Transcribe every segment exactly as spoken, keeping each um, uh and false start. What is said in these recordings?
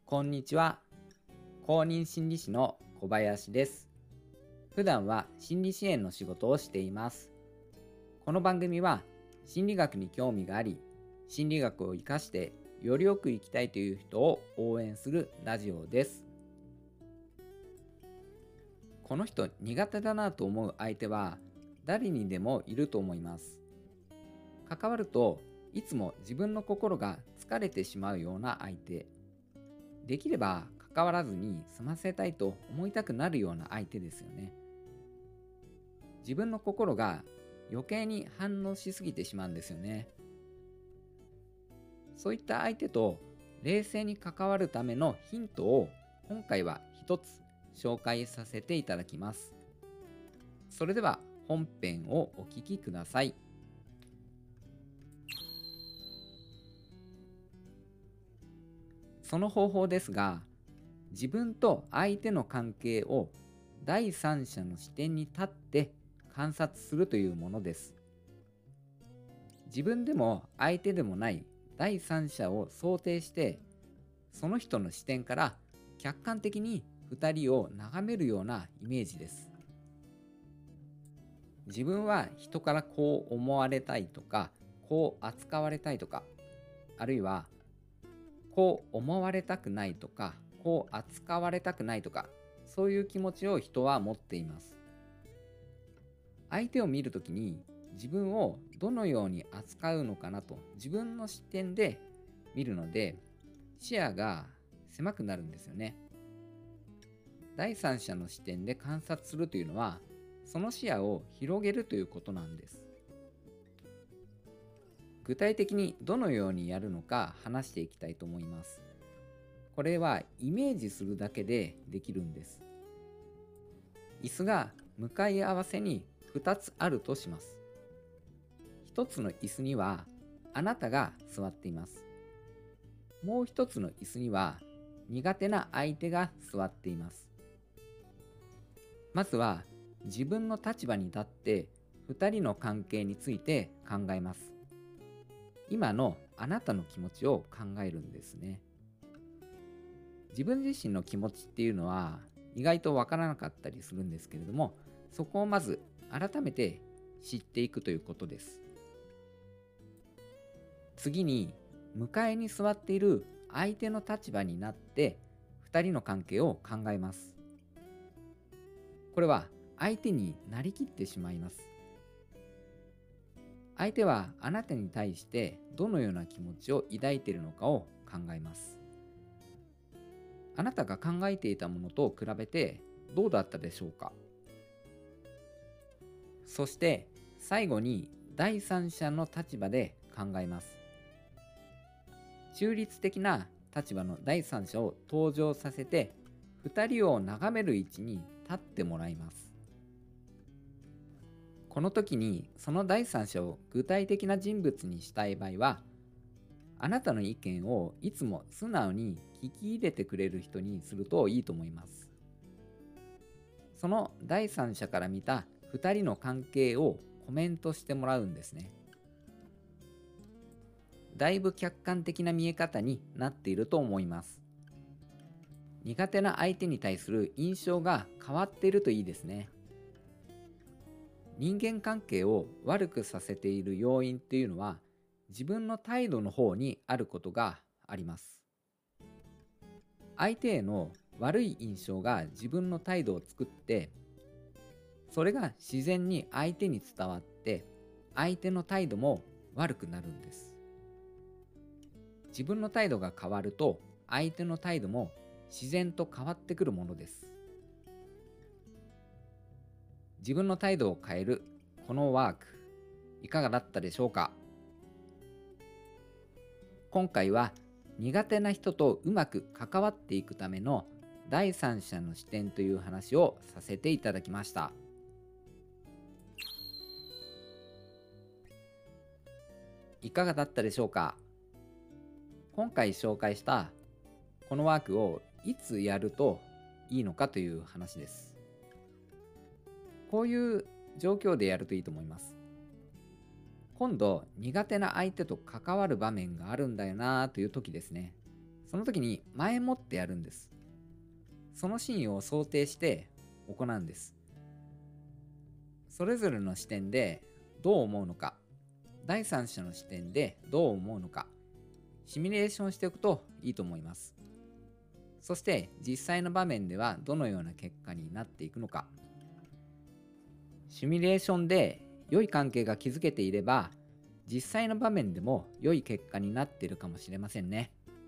こんにちは。公認心理師の小林です。普段は心理支援の仕事をしています。この番組は心理学に興味があり、心理学を生かしてよりよく生きたいという人を応援するラジオです。この人苦手だなと思う相手は誰にでもいると思います。関わるといつも自分の心が疲れてしまうような相手。できれば関わらずに済ませたいと思いたくなるような相手ですよね。自分の心が余計に反応しすぎてしまうんですよね。そういった相手と冷静に関わるためのヒントを今回は一つ紹介させていただきます。それでは本編をお聞きください。その方法ですが、自分と相手の関係を第三者の視点に立って観察するというものです。自分でも相手でもない第三者を想定して、その人の視点から客観的にふたりを眺めるようなイメージです。自分は人からこう思われたいとか、こう扱われたいとか、あるいはこう思われたくないとか、こう扱われたくないとか、そういう気持ちを人は持っています。相手を見るときに自分をどのように扱うのかなと自分の視点で見るので、視野が狭くなるんですよね。第三者の視点で観察するというのは、その視野を広げるということなんです。具体的にどのようにやるのか話していきたいと思います。これはイメージするだけでできるんです。椅子が向かい合わせにふたつあるとします。ひとつの椅子にはあなたが座っています。もうひとつの椅子には苦手な相手が座っています。まずは自分の立場に立ってふたりの関係について考えます。今のあなたの気持ちを考えるんですね。自分自身の気持ちっていうのは意外とわからなかったりするんですけれども、そこをまず改めて知っていくということです。次に向かいに座っている相手の立場になってふたりの関係を考えます。これは相手になりきってしまいます。相手はあなたに対してどのような気持ちを抱いているのかを考えます。あなたが考えていたものと比べてどうだったでしょうか。そして最後に第三者の立場で考えます。中立的な立場の第三者を登場させてふたりを眺める位置に立ってもらいます。この時にその第三者を具体的な人物にしたい場合は、あなたの意見をいつも素直に聞き入れてくれる人にするといいと思います。その第三者から見たふたりの関係をコメントしてもらうんですね。だいぶ客観的な見え方になっていると思います。苦手な相手に対する印象が変わっているといいですね。人間関係を悪くさせている要因っていうのは自分の態度の方にあることがあります。相手への悪い印象が自分の態度を作って、それが自然に相手に伝わって相手の態度も悪くなるんです。自分の態度が変わると相手の態度も自然と変わってくるものです。自分の態度を変えるこのワーク、いかがだったでしょうか。今回は苦手な人とうまく関わっていくための第三者の視点という話をさせていただきました。いかがだったでしょうか。今回紹介したこのワークをいつやるといいのかという話です。こういう状況でやるといいと思います。今度苦手な相手と関わる場面があるんだよなという時ですね。 その時に前もってやるんです。そのシーンを想定して行うんです。それぞれの視点でどう思うのか、第三者の視点でどう思うのか、シミュレーションしておくといいと思います。そして実際の場面ではどのような結果になっていくのか。シミュレーションで良い関係が築けていれば、実際の場面でも良い結果になっているかもしれませんね。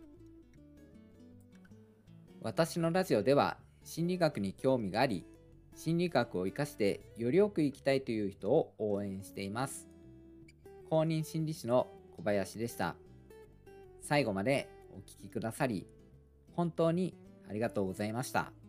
私のラジオでは心理学に興味があり、心理学を生かしてよりよく生きたいという人を応援しています。公認心理師の小林でした。最後までお聞きくださり、本当にありがとうございました。